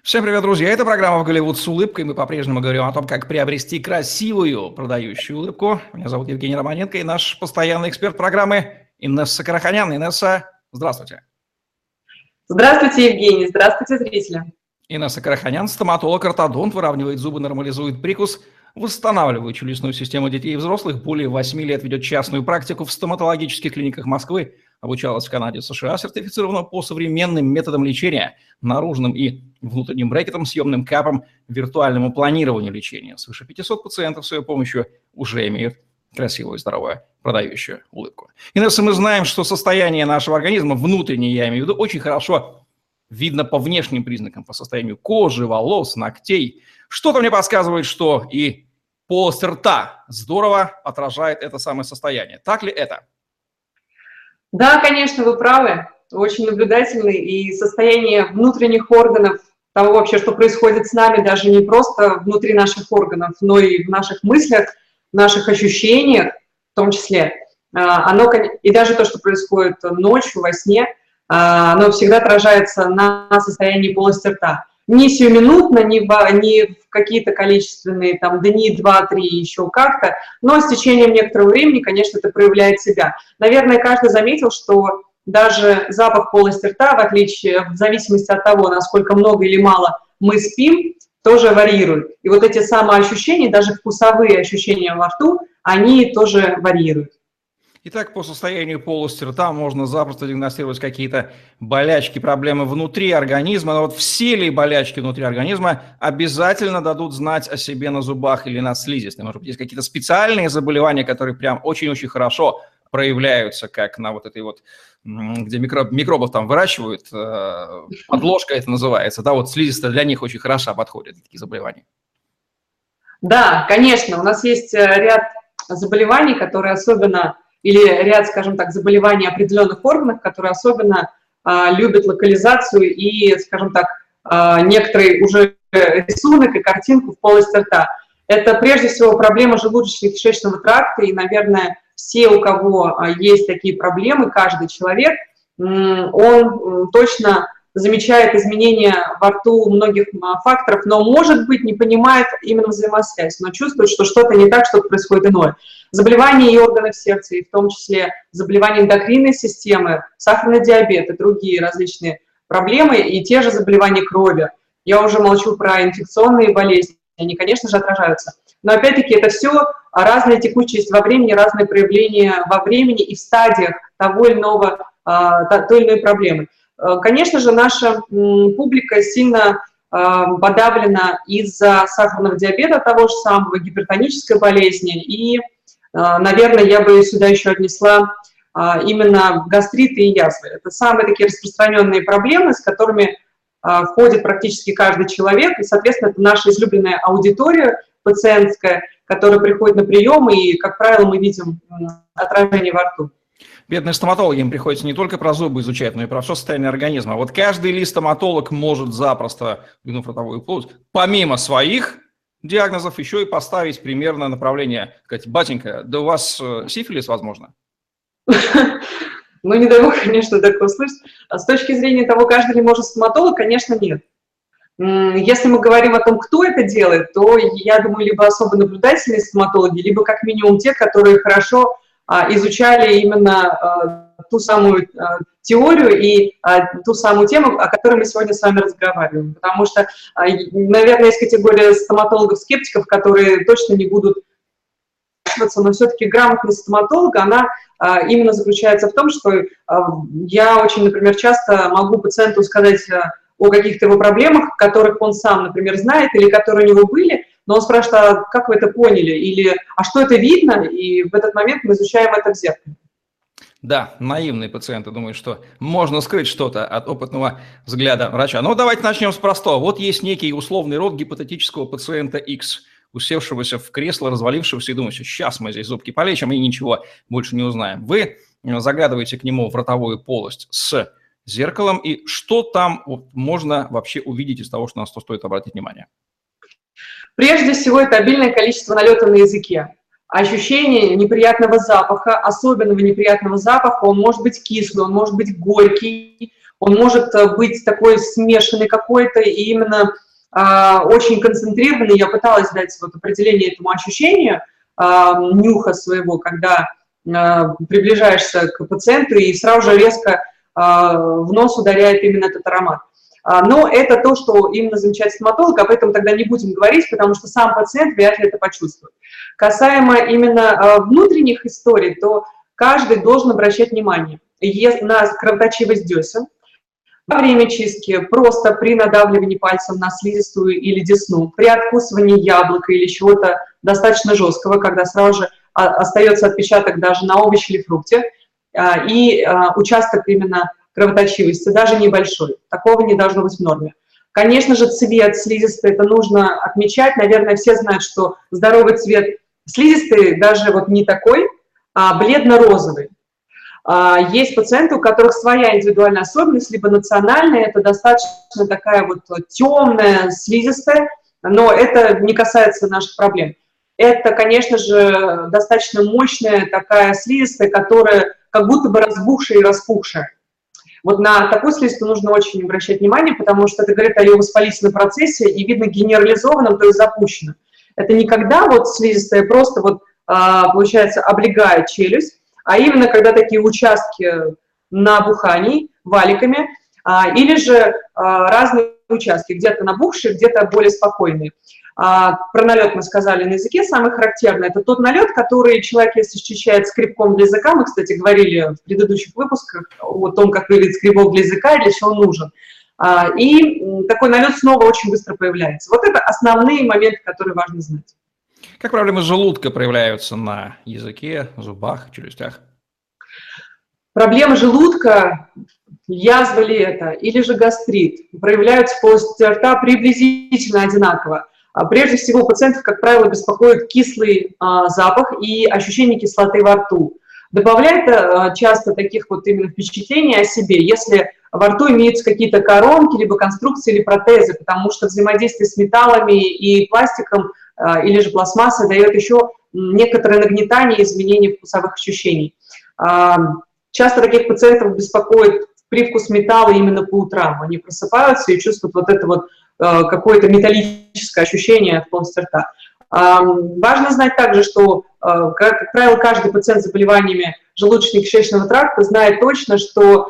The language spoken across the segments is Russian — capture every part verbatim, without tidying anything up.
Всем привет, друзья! Это программа «В Голливуд с улыбкой». Мы по-прежнему говорим о том, как приобрести красивую продающую улыбку. Меня зовут Евгений Романенко и наш постоянный эксперт программы Инесса Караханян. Инесса, здравствуйте. Здравствуйте, Евгений. Здравствуйте, зрители. Инесса Караханян, стоматолог-ортодонт, выравнивает зубы, нормализует прикус, восстанавливает челюстную систему детей и взрослых. Более восьми лет ведет частную практику в стоматологических клиниках Москвы. Обучалась в Канаде, США, сертифицирована по современным методам лечения, наружным и внутренним брекетом, съемным капом, виртуальному планированию лечения. Свыше пятисот пациентов с ее помощью уже имеют красивую, здоровую, продающую улыбку. Инесса, мы знаем, что состояние нашего организма, внутреннее, я имею в виду, очень хорошо видно по внешним признакам, по состоянию кожи, волос, ногтей. Что-то мне подсказывает, что и полость рта здорово отражает это самое состояние. Так ли это? Да, конечно, вы правы. Очень наблюдательны. И состояние внутренних органов, того вообще, что происходит с нами, даже не просто внутри наших органов, но и в наших мыслях, в наших ощущениях в том числе. Оно, и даже то, что происходит ночью, во сне, оно всегда отражается на состоянии полости рта. Не сиюминутно, не в, не в какие-то количественные там дни, два, три, еще как-то, но с течением некоторого времени, конечно, это проявляет себя. Наверное, каждый заметил, что даже запах полости рта, в отличие, в зависимости от того, насколько много или мало мы спим, тоже варьирует. И вот эти самоощущения, даже вкусовые ощущения во рту, они тоже варьируют. Итак, по состоянию полости рта можно запросто диагностировать какие-то болячки, проблемы внутри организма. Но вот все ли болячки внутри организма обязательно дадут знать о себе на зубах или на слизистой? Может быть, есть какие-то специальные заболевания, которые прям очень-очень хорошо проявляются, как на вот этой вот, где микроб, микробов там выращивают, подложка это называется, да, вот слизистая для них очень хорошо подходит, такие заболевания. Да, конечно, у нас есть ряд заболеваний, которые особенно... или ряд, скажем так, заболеваний определенных органов, которые особенно а, любят локализацию и, скажем так, а, некоторый уже рисунок и картинку в полости рта. Это прежде всего проблема желудочно-кишечного тракта, и, наверное, все, у кого а, есть такие проблемы, каждый человек, он точно замечает изменения во рту многих факторов, но, может быть, не понимает именно взаимосвязь, но чувствует, что что-то не так, что-то происходит иное. Заболевания и органов сердца, и в том числе заболевания эндокринной системы, сахарный диабет и другие различные проблемы, и те же заболевания крови. Я уже молчу про инфекционные болезни, они, конечно же, отражаются. Но, опять-таки, это все разная текучесть во времени, разные проявления во времени и в стадиях того или иного, той или иной проблемы. Конечно же, наша публика сильно подавлена из-за сахарного диабета, того же самого, гипертонической болезни. И, наверное, я бы сюда еще отнесла именно гастриты и язвы. Это самые такие распространенные проблемы, с которыми входит практически каждый человек. И, соответственно, это наша излюбленная аудитория пациентская, которая приходит на прием, и, как правило, мы видим отражение во рту. Бедные стоматологи, им приходится не только про зубы изучать, но и про все состояние организма. Вот каждый ли стоматолог может запросто, взглянув ротовую полость, помимо своих диагнозов, еще и поставить примерно направление, сказать: батенька, да у вас сифилис, возможно? Ну, не дай бог, конечно, такое услышать. А с точки зрения того, каждый ли может стоматолог, конечно, нет. Если мы говорим о том, кто это делает, то, я думаю, либо особо наблюдательные стоматологи, либо как минимум те, которые хорошо изучали именно э, ту самую э, теорию и э, ту самую тему, о которой мы сегодня с вами разговариваем. Потому что, э, наверное, есть категория стоматологов-скептиков, которые точно не будут, но все-таки грамотность стоматолога, она э, именно заключается в том, что э, я очень, например, часто могу пациенту сказать э, о каких-то его проблемах, которых он сам, например, знает или которые у него были, но он спрашивает: а как вы это поняли? Или а что это видно? И в этот момент мы изучаем это в зеркале. Да, наивные пациенты думают, что можно скрыть что-то от опытного взгляда врача. Но давайте начнем с простого. Вот есть некий условный род гипотетического пациента X, усевшегося в кресло, развалившегося и думающего: сейчас мы здесь зубки полечим и ничего больше не узнаем. Вы заглядываете к нему в ротовую полость с зеркалом, и что там вот можно вообще увидеть из того, что на что стоит обратить внимание? Прежде всего, это обильное количество налета на языке. Ощущение неприятного запаха, особенного неприятного запаха, он может быть кислый, он может быть горький, Он может быть такой смешанный какой-то и именно э, очень концентрированный. Я пыталась дать вот определение этому ощущению э, нюха своего, когда э, приближаешься к пациенту и сразу же резко э, в нос ударяет именно этот аромат. Но это то, что именно замечает стоматолог, об этом тогда не будем говорить, потому что сам пациент вряд ли это почувствует. Касаемо именно внутренних историй, то каждый должен обращать внимание на кровоточивость десен. Во время чистки просто при надавливании пальцем на слизистую или десну, при откусывании яблока или чего-то достаточно жесткого, когда сразу же остается отпечаток даже на овощи или фрукте, и участок именно кровоточивости, даже небольшой. Такого не должно быть в норме. Конечно же, цвет слизистой, это нужно отмечать. Наверное, все знают, что здоровый цвет слизистой даже вот не такой, а бледно-розовый. Есть пациенты, у которых своя индивидуальная особенность, либо национальная, это достаточно такая вот темная слизистая, но это не касается наших проблем. Это, конечно же, достаточно мощная такая слизистая, которая как будто бы разбухшая и распухшая. Вот на такую слизистую нужно очень обращать внимание, потому что это говорит о ее воспалительном процессе и видно генерализованном, то есть запущенном. Это не когда вот слизистая просто вот, получается, облегает челюсть, а именно когда такие участки набуханий валиками, или же разные участки, где-то набухшие, где-то более спокойные. Про налет мы сказали на языке, самый характерный – это тот налет, который человек, если счищает скребком для языка, мы, кстати, говорили в предыдущих выпусках о том, как выглядит скребок для языка и для чего он нужен. И такой налет снова очень быстро появляется. Вот это основные моменты, которые важно знать. Как проблемы желудка проявляются на языке, зубах, челюстях? Проблемы желудка, язва ли это, или же гастрит, проявляются в полости рта приблизительно одинаково. Прежде всего, пациентов, как правило, беспокоит кислый а, запах и ощущение кислоты во рту. Добавляет а, часто таких вот именно впечатлений о себе, если во рту имеются какие-то коронки, либо конструкции, или протезы, потому что взаимодействие с металлами и пластиком а, или же пластмассой дает еще некоторое нагнетание и изменение вкусовых ощущений. А, часто таких пациентов беспокоит привкус металла именно по утрам. Они просыпаются и чувствуют вот это вот какое-то металлическое ощущение в полости рта. Важно знать также, что, как правило, каждый пациент с заболеваниями желудочно-кишечного тракта знает точно, что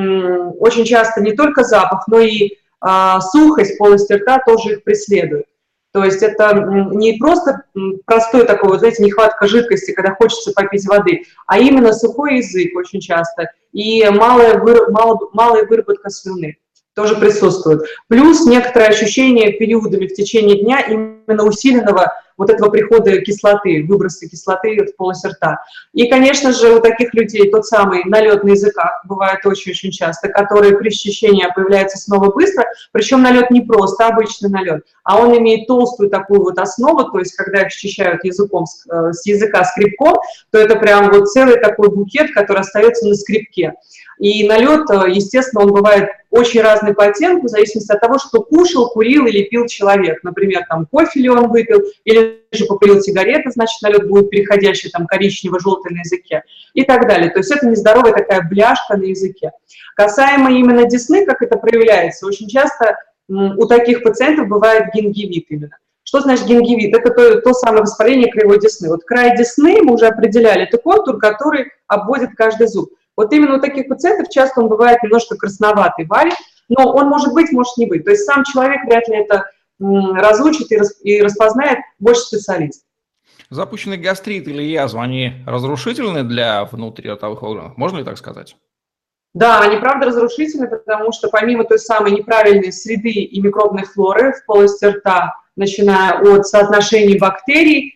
очень часто не только запах, но и сухость в полости рта тоже их преследует. То есть это не просто простой такой, вот, знаете, нехватка жидкости, когда хочется попить воды, а именно сухой язык очень часто и малая, выр... малая выработка слюны тоже присутствует. Плюс некоторое ощущение периодами в течение дня именно усиленного вот этого прихода кислоты, выброса кислоты в полость рта. И, конечно же, у таких людей тот самый налет на языках бывает очень-очень часто, который при счищении появляется снова быстро, причем налет не просто обычный налет, а он имеет толстую такую вот основу, то есть когда их счищают языком, с языка скребком, то это прям вот целый такой букет, который остается на скребке. И налет, естественно, он бывает очень разный по оттенку, в зависимости от того, что кушал, курил или пил человек. Например, там кофе ли он выпил, или же покурил сигареты, значит, налет будет переходящий там коричнево-желтый на языке и так далее. То есть это нездоровая такая бляшка на языке. Касаемо именно десны, как это проявляется, очень часто у таких пациентов бывает гингивит именно. Что значит гингивит? Это то, то самое воспаление кривой десны. Вот край десны, мы уже определяли, это контур, который обводит каждый зуб. Вот именно у таких пациентов часто он бывает немножко красноватый, валит, но он может быть, может не быть. То есть сам человек вряд ли это разучит и распознает, больше специалист. Запущенный гастрит или язва, они разрушительны для внутриротовых органов? Можно ли так сказать? Да, они правда разрушительны, потому что помимо той самой неправильной среды и микробной флоры в полости рта, начиная от соотношений бактерий,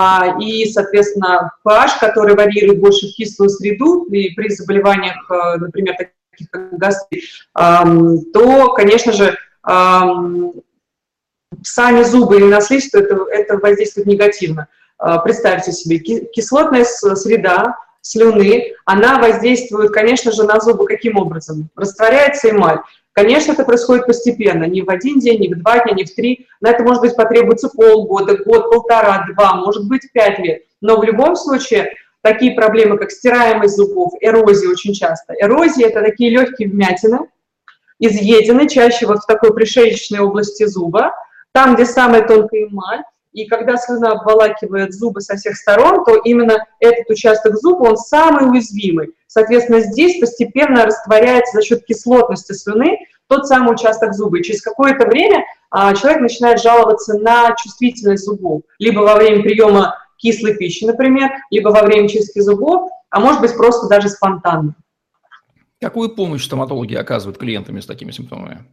и, соответственно, pH, который варьирует больше в кислую среду, и при заболеваниях, например, таких как гастрит, то, конечно же, сами зубы или на слизистую это, это воздействует негативно. Представьте себе, кислотная среда слюны, она воздействует, конечно же, на зубы каким образом? Растворяется эмаль. Конечно, это происходит постепенно, не в один день, не в два дня, не в три. На это, может быть, потребуется полгода, год, полтора, два, может быть, пять лет. Но в любом случае, такие проблемы, как стираемость зубов, эрозия очень часто. Эрозия – это такие легкие вмятины, изъедены, чаще вот в такой пришеечной области зуба, там, где самая тонкая эмаль. И когда слюна обволакивает зубы со всех сторон, то именно этот участок зуба, он самый уязвимый. Соответственно, здесь постепенно растворяется за счет кислотности слюны тот самый участок зуба. И через какое-то время а, человек начинает жаловаться на чувствительность зубов. Либо во время приема кислой пищи, например, либо во время чистки зубов, а может быть просто даже спонтанно. Какую помощь стоматологи оказывают клиентам с такими симптомами?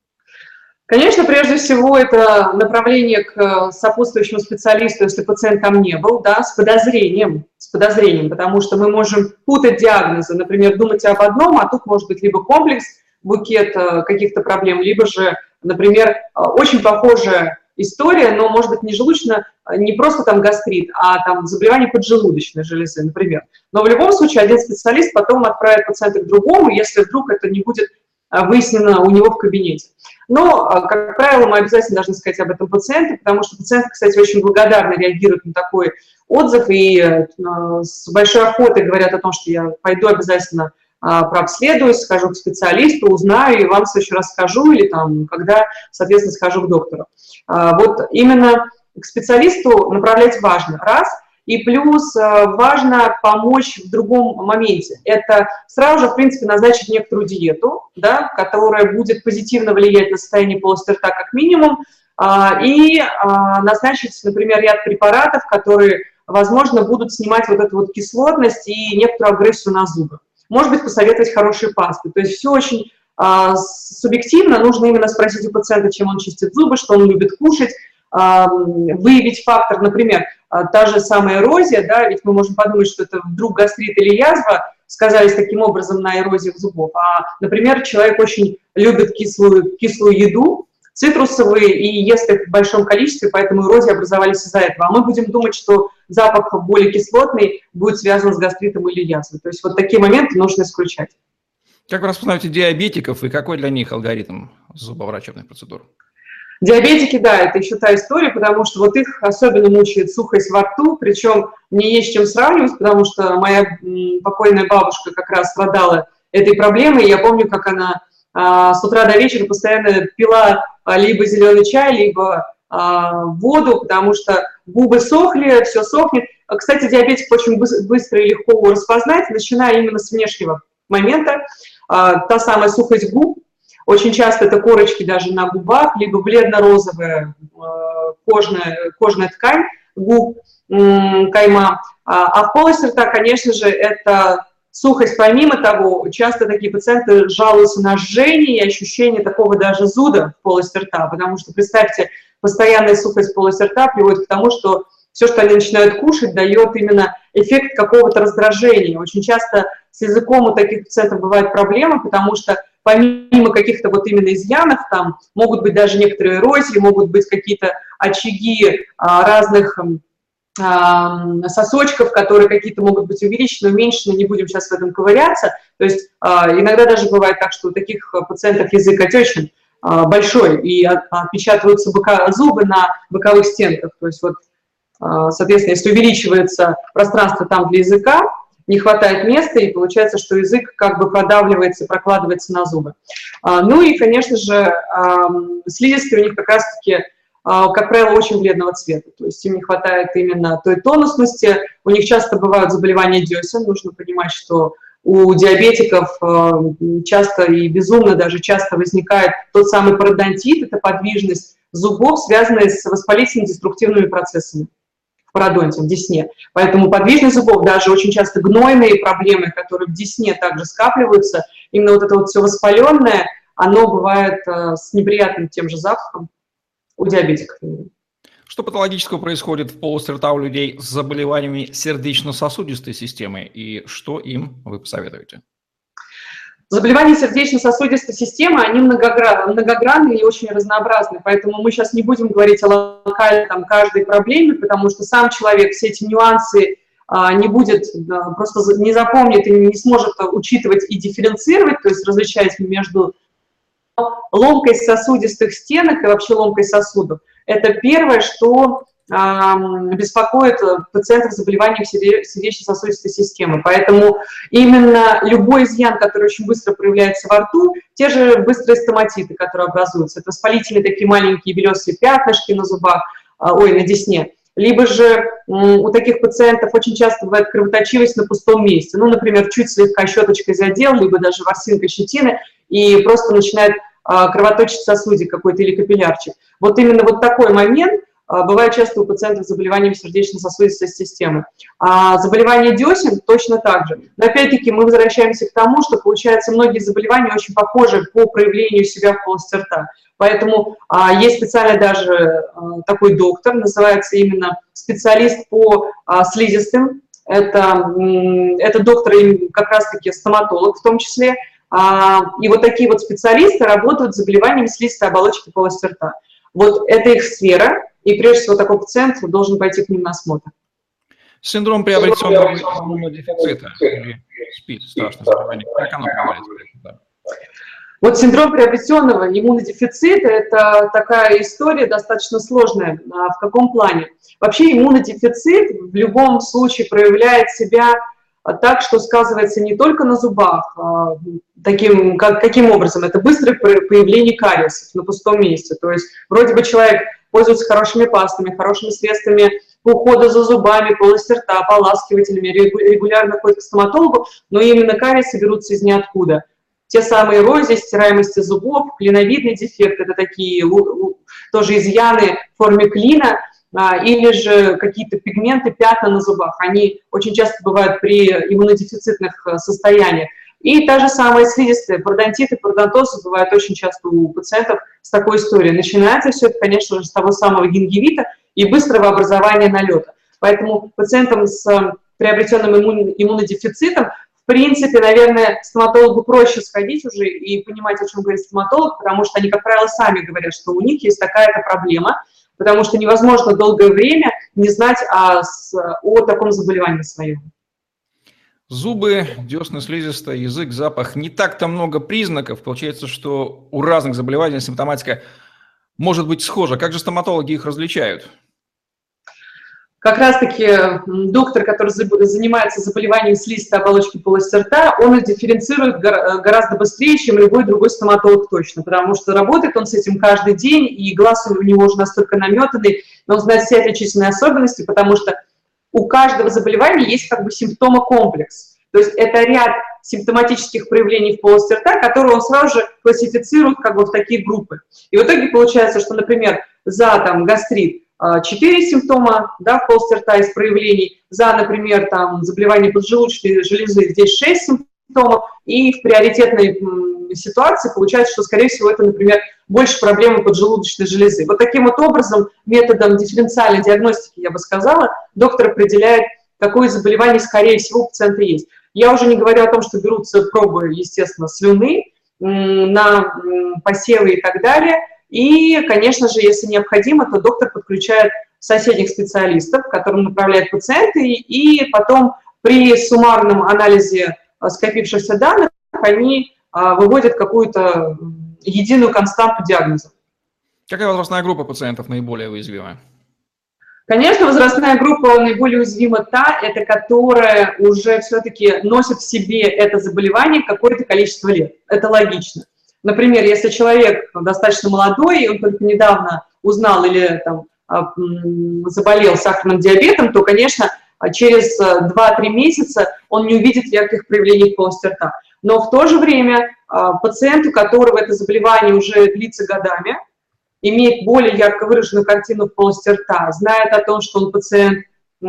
Конечно, прежде всего, это направление к сопутствующему специалисту, если пациент там не был, да, с подозрением, с подозрением, потому что мы можем путать диагнозы, например, думать об одном, а тут может быть либо комплекс, букет каких-то проблем, либо же, например, очень похожая история, но может быть не желудочно, не просто там гастрит, а там заболевание поджелудочной железы, например. Но в любом случае один специалист потом отправит пациента к другому, если вдруг это не будет выяснено у него в кабинете. Но, как правило, мы обязательно должны сказать об этом пациенту, потому что пациенты, кстати, очень благодарно реагируют на такой отзыв и с большой охотой говорят о том, что я пойду обязательно прообследуюсь, схожу к специалисту, узнаю и вам в следующий раз скажу, или там, когда, соответственно, схожу к доктору. Вот именно к специалисту направлять важно, раз. И плюс важно помочь в другом моменте. Это сразу же, в принципе, назначить некоторую диету, да, которая будет позитивно влиять на состояние полости рта как минимум, и назначить, например, ряд препаратов, которые, возможно, будут снимать вот эту вот кислотность и некоторую агрессию на зубы. Может быть, посоветовать хорошие пасты. То есть все очень субъективно, нужно именно спросить у пациента, чем он чистит зубы, что он любит кушать, выявить фактор, например, та же самая эрозия, да, ведь мы можем подумать, что это вдруг гастрит или язва сказались таким образом на эрозиях зубов. А, например, человек очень любит кислую, кислую еду, цитрусовые, и ест их в большом количестве, поэтому эрозии образовались из-за этого. А мы будем думать, что запах более кислотный будет связан с гастритом или язвой. То есть вот такие моменты нужно исключать. Как вы распознаете диабетиков и какой для них алгоритм зубоврачебных процедур? Диабетики, да, это еще та история, потому что вот их особенно мучает сухость во рту, причем мне есть с чем сравнивать, потому что моя покойная бабушка как раз страдала этой проблемой, и я помню, как она а, с утра до вечера постоянно пила а, либо зеленый чай, либо а, воду, потому что губы сохли, все сохнет. Кстати, диабетик очень быстро и легко его распознать, начиная именно с внешнего момента. А, та самая сухость губ. Очень часто это корочки даже на губах, либо бледно-розовая э, кожная, кожная ткань губ, э, кайма. А, а в полости рта, конечно же, это сухость. Помимо того, часто такие пациенты жалуются на жжение и ощущение такого даже зуда в полости рта, потому что, представьте, постоянная сухость в полости рта приводит к тому, что все, что они начинают кушать, дает именно эффект какого-то раздражения. Очень часто с языком у таких пациентов бывают проблемы, потому что помимо каких-то вот именно изъянов, там могут быть даже некоторые эрозии, могут быть какие-то очаги а, разных а, сосочков, которые какие-то могут быть увеличены, уменьшены, не будем сейчас в этом ковыряться. То есть а, иногда даже бывает так, что у таких пациентов язык отечен а, большой, и отпечатываются бока, зубы на боковых стенках. То есть вот, а, соответственно, если увеличивается пространство там для языка, не хватает места, и получается, что язык как бы продавливается, прокладывается на зубы. Ну и, конечно же, слизистые у них как раз-таки, как правило, очень бледного цвета, то есть им не хватает именно той тонусности, у них часто бывают заболевания десен, нужно понимать, что у диабетиков часто и безумно даже часто возникает тот самый пародонтит, это подвижность зубов, связанная с воспалительно-деструктивными процессами. Пародонте, в десне. Поэтому подвижность зубов, даже очень часто гнойные проблемы, которые в десне также скапливаются, именно вот это вот все воспаленное, оно бывает э, с неприятным тем же запахом у диабетиков. Что патологического происходит в полости рта у людей с заболеваниями сердечно-сосудистой системы и что им вы посоветуете? Заболевания сердечно-сосудистой системы, они многогранные, многогранные и очень разнообразны, поэтому мы сейчас не будем говорить о локальной там, каждой проблеме, потому что сам человек все эти нюансы а, не будет, а, просто не запомнит и не сможет учитывать и дифференцировать, то есть различать между ломкой сосудистых стенок и вообще ломкой сосудов. Это первое, что беспокоит пациентов с заболеванием сердечно-сосудистой системы. Поэтому именно любой изъян, который очень быстро проявляется во рту, те же быстрые стоматиты, которые образуются, это воспалительные такие маленькие белесые пятнышки на зубах, ой, на десне, либо же у таких пациентов очень часто бывает кровоточивость на пустом месте. Ну, например, чуть слегка щеточкой задел, либо даже ворсинкой щетины, и просто начинает кровоточить сосудик какой-то или капиллярчик. Вот именно вот такой момент бывает часто у пациентов с заболеванием сердечно-сосудистой системы. А заболевание десен точно так же. Но опять-таки мы возвращаемся к тому, что, получается, многие заболевания очень похожи по проявлению себя в полости рта. Поэтому а, есть специально даже а, такой доктор, называется именно специалист по а, слизистым. Это, это доктор как раз-таки стоматолог в том числе. А, и вот такие вот специалисты работают с заболеваниями слизистой оболочки полости рта. Вот это их сфера. И прежде всего такой пациент должен пойти к ним на осмотр. Синдром приобретенного иммунодефицита, или СПИД, страшное заболевание, как оно называется? Да. Вот синдром приобретенного иммунодефицита – это такая история достаточно сложная. В каком плане? Вообще иммунодефицит в любом случае проявляет себя так, что сказывается не только на зубах. Таким, как, каким образом? Это быстрое появление кариесов на пустом месте. То есть вроде бы человек пользуются хорошими пастами, хорошими средствами по уходу за зубами, полости рта, ополаскивателями, регулярно ходят к стоматологу, но именно кариесы берутся из ниоткуда. Те самые эрозии, стираемости зубов, клиновидный дефект, это такие тоже изъяны в форме клина, или же какие-то пигменты, пятна на зубах. Они очень часто бывают при иммунодефицитных состояниях. И та же самая слизистая, пародонтит и пародонтоз бывают очень часто у пациентов с такой историей. Начинается все это, конечно же, с того самого гингивита и быстрого образования налета. Поэтому пациентам с приобретенным иммунодефицитом, в принципе, наверное, стоматологу проще сходить уже и понимать, о чем говорит стоматолог, потому что они, как правило, сами говорят, что у них есть такая-то проблема, потому что невозможно долгое время не знать о, о таком заболевании своем. Зубы, десны, слизистая, язык, запах. Не так-то много признаков. Получается, что у разных заболеваний симптоматика может быть схожа. Как же стоматологи их различают? Как раз-таки доктор, который занимается заболеванием слизистой оболочки полости рта, он их дифференцирует гораздо быстрее, чем любой другой стоматолог точно, потому что работает он с этим каждый день, и глаз у него уже настолько наметанный, но он знает все отличительные особенности, потому что у каждого заболевания есть как бы симптомокомплекс. То есть это ряд симптоматических проявлений в полости рта, которые он сразу же классифицирует как бы в такие группы. И в итоге получается, что, например, за там, гастрит четыре симптома, да, в полости рта из проявлений, за, например, там, заболевание поджелудочной железы здесь шесть симптомов, и в приоритетной ситуации получается, что, скорее всего, это, например, больше проблемы поджелудочной железы. Вот таким вот образом, методом дифференциальной диагностики, я бы сказала, доктор определяет, какое заболевание, скорее всего, у пациента есть. Я уже не говорю о том, что берутся пробы, естественно, слюны на посевы и так далее. И, конечно же, если необходимо, то доктор подключает соседних специалистов, к которым направляет пациенты, и потом при суммарном анализе скопившихся данных они выводят какую-то единую константу диагноза. Какая возрастная группа пациентов наиболее уязвима? Конечно, возрастная группа наиболее уязвима та, это которая уже все-таки носит в себе это заболевание какое-то количество лет. Это логично. Например, если человек достаточно молодой, и он только недавно узнал или там, заболел сахарным диабетом, то, конечно, через два-три месяца он не увидит ярких проявлений в полости рта. Но в то же время пациент, у которого это заболевание уже длится годами, имеет более ярко выраженную картину в полости рта, знает о том, что он пациент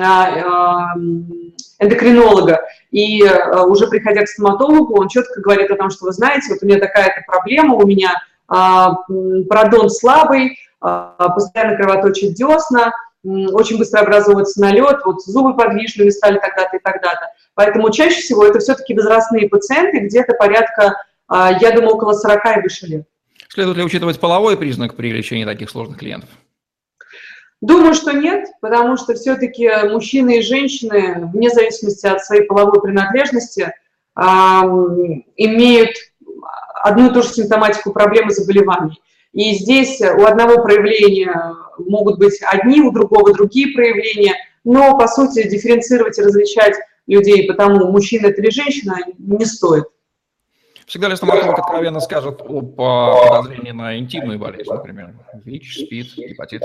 эндокринолога, и уже приходя к стоматологу, он четко говорит о том, что вы знаете, вот у меня такая-то проблема, у меня пародонт слабый, постоянно кровоточит десна, очень быстро образовывается налет, вот зубы подвижными стали тогда-то и тогда-то. Поэтому чаще всего это все-таки возрастные пациенты, где-то порядка, я думаю, около сорока и выше лет. Следует ли учитывать половой признак при лечении таких сложных клиентов? Думаю, что нет, потому что все-таки мужчины и женщины, вне зависимости от своей половой принадлежности, имеют одну и ту же симптоматику проблемы заболеваний. И здесь у одного проявления могут быть одни, у другого другие проявления, но, по сути, дифференцировать и различать людей по тому, мужчина это или женщина, не стоит. Всегда ли стоматолог откровенно скажет об подозрении на интимную болезнь, например, ВИЧ, СПИД, гепатит?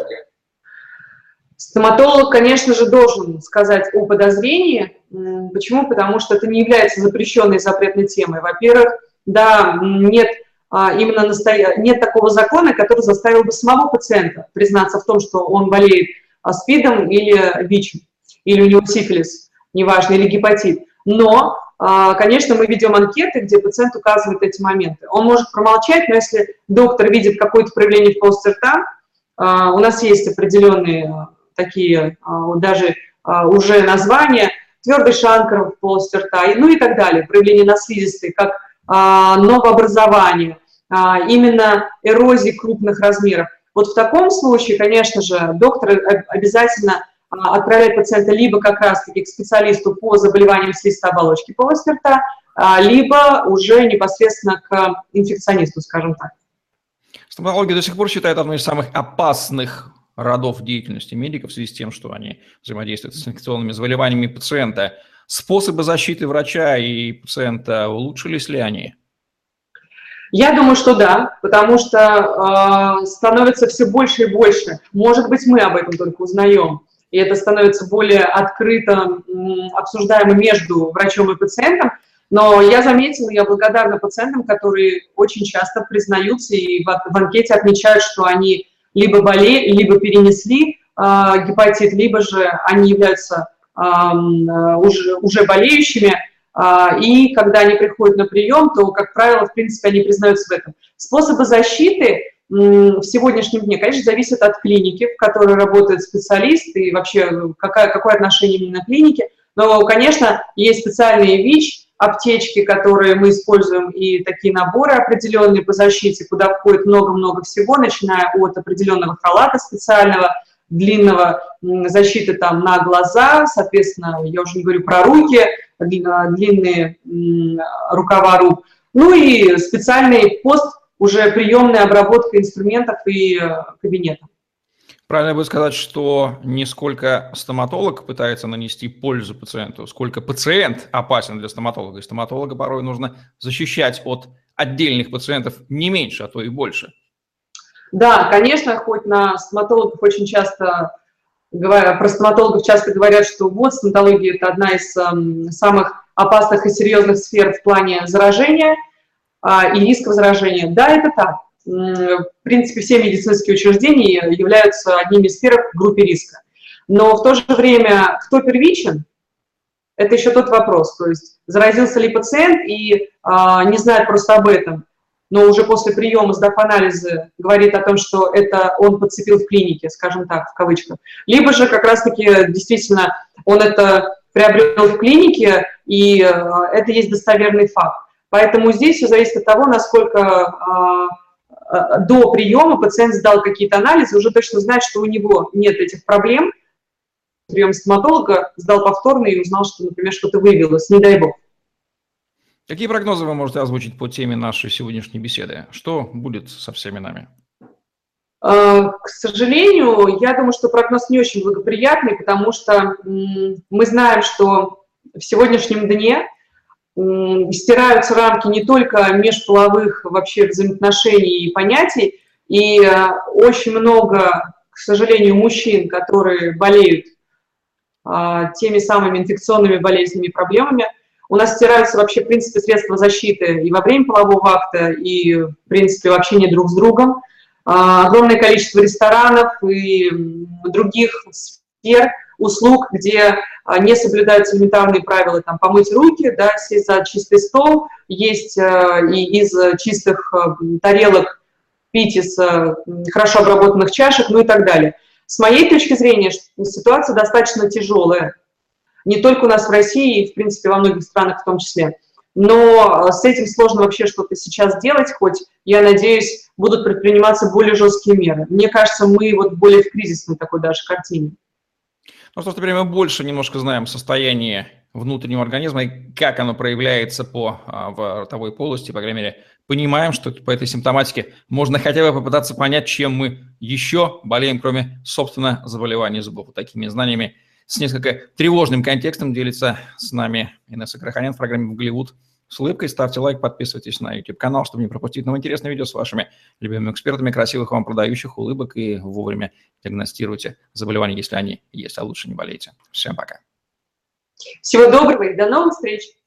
Стоматолог, конечно же, должен сказать о подозрении. Почему? Потому что это не является запрещенной запретной темой. Во-первых, да, нет именно настоя... нет такого закона, который заставил бы самого пациента признаться в том, что он болеет СПИДом или ВИЧем, или у него сифилис, неважно, или гепатит. Но, конечно, мы ведем анкеты, где пациент указывает эти моменты. Он может промолчать, но если доктор видит какое-то проявление в полости рта, у нас есть определенные такие даже уже названия, твердый шанкар в полости рта, ну и так далее, проявление на слизистой, как новообразование, именно эрозии крупных размеров. Вот в таком случае, конечно же, доктор обязательно отправляет пациента либо как раз-таки к специалисту по заболеваниям слизистой оболочки полости рта, либо уже непосредственно к инфекционисту, скажем так. Стоматологи до сих пор считают одной из самых опасных родов деятельности медиков в связи с тем, что они взаимодействуют с инфекционными заболеваниями пациента. Способы защиты врача и пациента улучшились ли они? Я думаю, что да, потому что э, становится все больше и больше. Может быть, мы об этом только узнаем. И это становится более открыто м, обсуждаемо между врачом и пациентом. Но я заметила, я благодарна пациентам, которые очень часто признаются и в, в анкете отмечают, что они либо болели, либо перенесли э, гепатит, либо же они являются э, уже, уже болеющими. Uh, и когда они приходят на прием, то, как правило, в принципе, они признаются в этом. Способы защиты м, в сегодняшнем дне, конечно, зависят от клиники, в которой работает специалист, и вообще какая, какое отношение именно к клинике. Но, конечно, есть специальные ВИЧ, аптечки, которые мы используем, и такие наборы определенные по защите, куда входит много-много всего, начиная от определенного халата специального, длинного, защиты там на глаза, соответственно, я уже не говорю про руки, длинные рукава рук, ну и специальный пост, уже приемная обработка инструментов и кабинета. Правильно будет сказать, что не сколько стоматолог пытается нанести пользу пациенту, сколько пациент опасен для стоматолога. И стоматолога порой нужно защищать от отдельных пациентов не меньше, а то и больше. Да, конечно, хоть на стоматологов очень часто, говоря, про стоматологов часто говорят, что вот стоматология – это одна из um, самых опасных и серьезных сфер в плане заражения uh, и риска заражения. Да, это так. В принципе, все медицинские учреждения являются одними из первых в группе риска. Но в то же время, кто первичен, это еще тот вопрос. То есть заразился ли пациент и uh, не знает просто об этом, но уже после приема, сдав анализы, говорит о том, что это он подцепил в клинике, скажем так, в кавычках. Либо же как раз-таки действительно он это приобрел в клинике, и э, это есть достоверный факт. Поэтому здесь все зависит от того, насколько э, э, до приема пациент сдал какие-то анализы, уже точно знает, что у него нет этих проблем. Прием стоматолога сдал повторно и узнал, что, например, что-то выявилось, не дай бог. Какие прогнозы вы можете озвучить по теме нашей сегодняшней беседы? Что будет со всеми нами? К сожалению, я думаю, что прогноз не очень благоприятный, потому что мы знаем, что в сегодняшнем дне стираются рамки не только межполовых вообще взаимоотношений и понятий, и очень много, к сожалению, мужчин, которые болеют теми самыми инфекционными болезнями и проблемами. У нас стираются вообще, в принципе, средства защиты и во время полового акта, и, в принципе, в общении друг с другом. Огромное количество ресторанов и других сфер, услуг, где не соблюдаются элементарные правила, там, помыть руки, да, сесть за чистый стол, есть и из чистых тарелок, пить из хорошо обработанных чашек, ну и так далее. С моей точки зрения, ситуация достаточно тяжелая. Не только у нас в России, и, в принципе, во многих странах в том числе. Но с этим сложно вообще что-то сейчас делать, хоть, я надеюсь, будут предприниматься более жесткие меры. Мне кажется, мы вот более в кризисной такой даже картине. Ну что ж, теперь мы больше немножко знаем состояние внутреннего организма и как оно проявляется по, в ротовой полости, по крайней мере, понимаем, что по этой симптоматике можно хотя бы попытаться понять, чем мы еще болеем, кроме, собственно, заболеваний зубов. Вот такими знаниями с несколько тревожным контекстом делится с нами Инесса Краханян в программе «В Голливуд с улыбкой». Ставьте лайк, подписывайтесь на YouTube-канал, чтобы не пропустить новые интересные видео с вашими любимыми экспертами, красивых вам продающих улыбок, и вовремя диагностируйте заболевания, если они есть, а лучше не болейте. Всем пока. Всего доброго и до новых встреч!